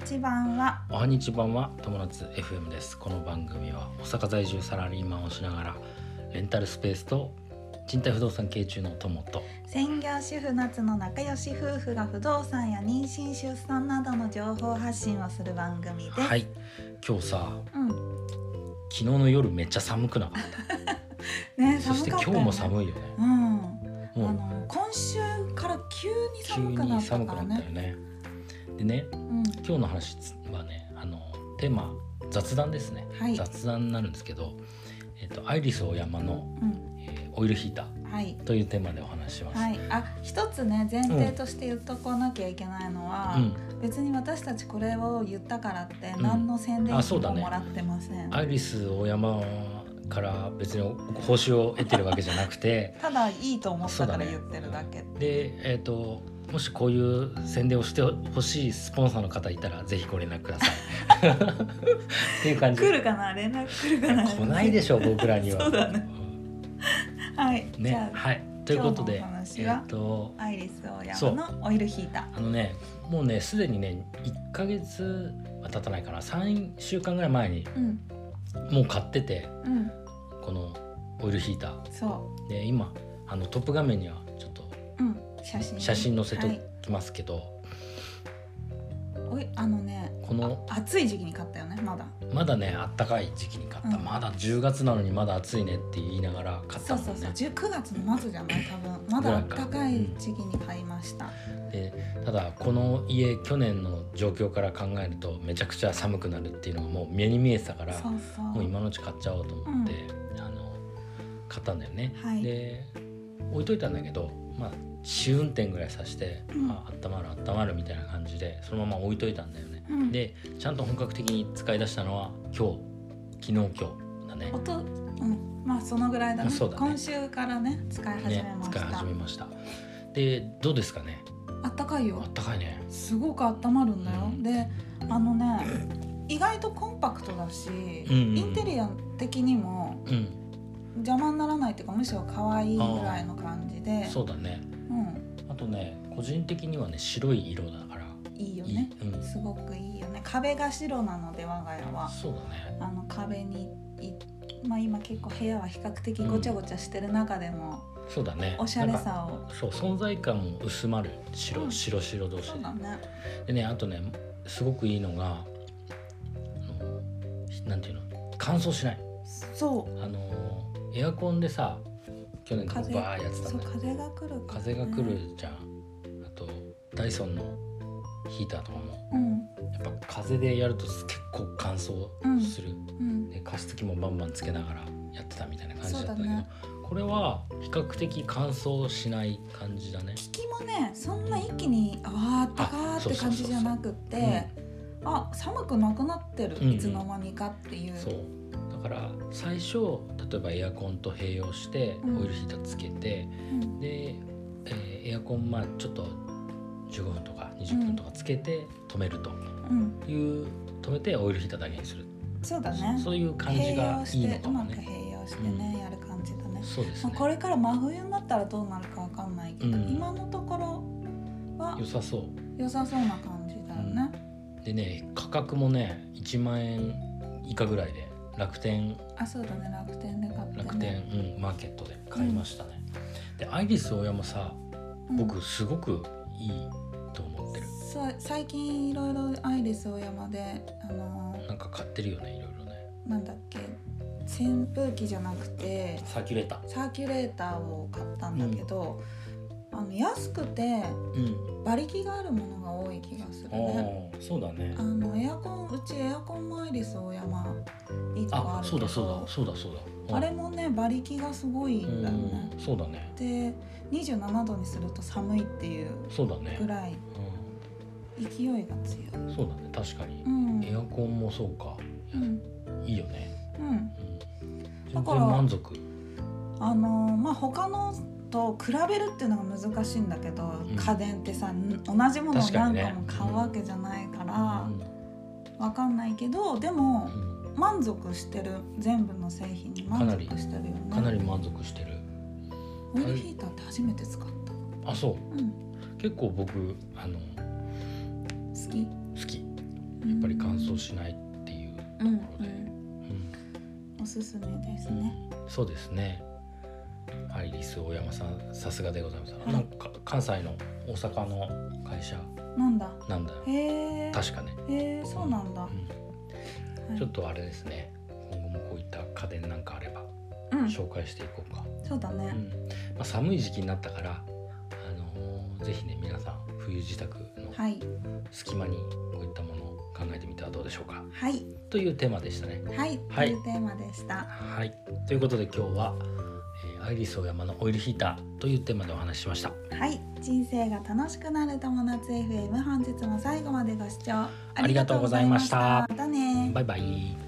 ち版はおはにちばんは友達 FM です。この番組は大阪在住サラリーマンをしながらレンタルスペースと賃貸不動産経営中の友と専業主婦夏の仲良し夫婦が不動産や妊娠出産などの情報発信をする番組です。 はい。今日さ、 うん昨日の夜めっちゃ寒くなかったね、 そして寒かったよね。 今日も寒いよね。 うん、 も今週から急にう急寒くなにったから寒くなったよね。 ね。でね、 うん、 今日の話はね、テーマ雑談ですね、 はい、 雑談になるんですけど、アイリスオーヤマの、オイルヒーターはい、 というテーマでお話しします。 はい。一つね前提として言っとかなきゃいけないのは、別に私たちこれを言ったからって何の宣伝費ももらってません。 アイリスオーヤマから別に報酬を得てるわけじゃなくてただいいと思ったから言ってるだけ。 で、もしこういう宣伝をしてほしいスポンサーの方いたらぜひご連絡くださいっていう感じ。 来るかな、連絡来るかな。 来ないでしょ僕らには。 そうだね。はいね、 じゃあ、 はい、ということで今日のお話はアイリスオーヤマのオイルヒーター。 もうねすでにね1ヶ月は経たないかな、3週間ぐらい前にもう買ってて、このオイルヒーターそうで今トップ画面にはちょっと写真載せときますけど、 この暑い時期に買ったよね。 まだねあったかい時期に買った、まだ10月なのにまだ暑いねって言いながら買ったもんね。 そう9月の末じゃない多分。まだあったかい時期に買いました。 でただこの家去年の状況から考えるとめちゃくちゃ寒くなるっていうのがもう目に見えてたから、もう今のうち買っちゃおうと思って、買ったんだよね。で置いといたんだけど、試運転ぐらいさして、温まるみたいな感じでそのまま置いといたんだよね。でちゃんと本格的に使い出したのは昨日今日だね。 そのぐらいだね。 そうだね。 今週からね使い始めました。 でどうですかね。 あったかいよ。 あったかいね。 すごく温まるんだよ。で意外とコンパクトだし、インテリア的にも邪魔にならないっていうか、むしろ可愛いぐらいの感じで。 そうだね。あとね個人的にはね白い色だからいいよね。すごくいいよね。壁が白なので我が家は。 そうだね。 壁に今結構部屋は比較的ごちゃごちゃしてる中でも、 そうだね。 おしゃれさを存在感も薄まる白同士で。そうだね。でねあとねすごくいいのがなんていうの、乾燥しない。エアコンでさ去年とかバーやってたんだよ。 風が来るじゃん。あとダイソンのヒーターとかも、やっぱ風でやると結構乾燥する、で加湿器もバンバンつけながらやってたみたいな感じだったけど、これは比較的乾燥しない感じだね。 効きもねそんな一気にわーったかーって感じじゃなくて、寒くなくなってる、いつの間にかっていう。 そうだから最初例えばエアコンと併用してオイルヒーターつけて、で、エアコンちょっと15分とか20分とかつけて止めるという、止めてオイルヒーターだけにする。 そうだね。 そういう感じがいいのかもね。 うまく併用してね、やる感じだね。 そうですね。 これから真冬になったらどうなるかわかんないけど、今のところは良さそうな感じだよね。 でね価格もね1万円以下ぐらいで楽天。 そうだね、楽天で買ってね。 楽天、マーケットで買いましたね。でアイリスオーヤマさ、僕すごくいいと思ってる。 最近いろいろアイリスオーヤマでなんか買ってるよね、いろいろね。 なんだっけ、扇風機じゃなくてサーキュレーターを買ったんだけど、安くて馬力があるものが多い気がするね。 そうだね。 うちエアコンもアイリスオーヤマ1個あるけど、 そうだあれもね馬力がすごいんだよね。 そうだね。 で27度にすると寒いっていうぐらい勢いが強い。 そうだね、確かに、エアコンもそうか、いいよね。全然満足。 他のと比べるっていうのが難しいんだけど、家電ってさ同じものを何個も買うわけじゃないから分かんないけど、でも満足してる。全部の製品に満足してるよね。 かなり満足してる。 オイルヒーターって初めて使った。 そう、結構僕好き。 やっぱり乾燥しないっていうところで、 おすすめですね、 そうですね。アイリスオーヤマさんさすがでございます、なんか関西の大阪の会社なんだよ。確かね。 そうなんだ、 ちょっとあれですね、今後もこういった家電なんかあれば紹介していこうか。 そうだね、 寒い時期になったからぜひね皆さん冬支度の隙間にこういったものを考えてみてはどうでしょうか。というテーマでしたね。 というテーマでした。 ということで今日はアイリスオーヤマのオイルヒーターというテーマでお話ししました。 人生が楽しくなる友達 FM、本日も最後までご視聴ありがとうございました。 またね。 バイバイ。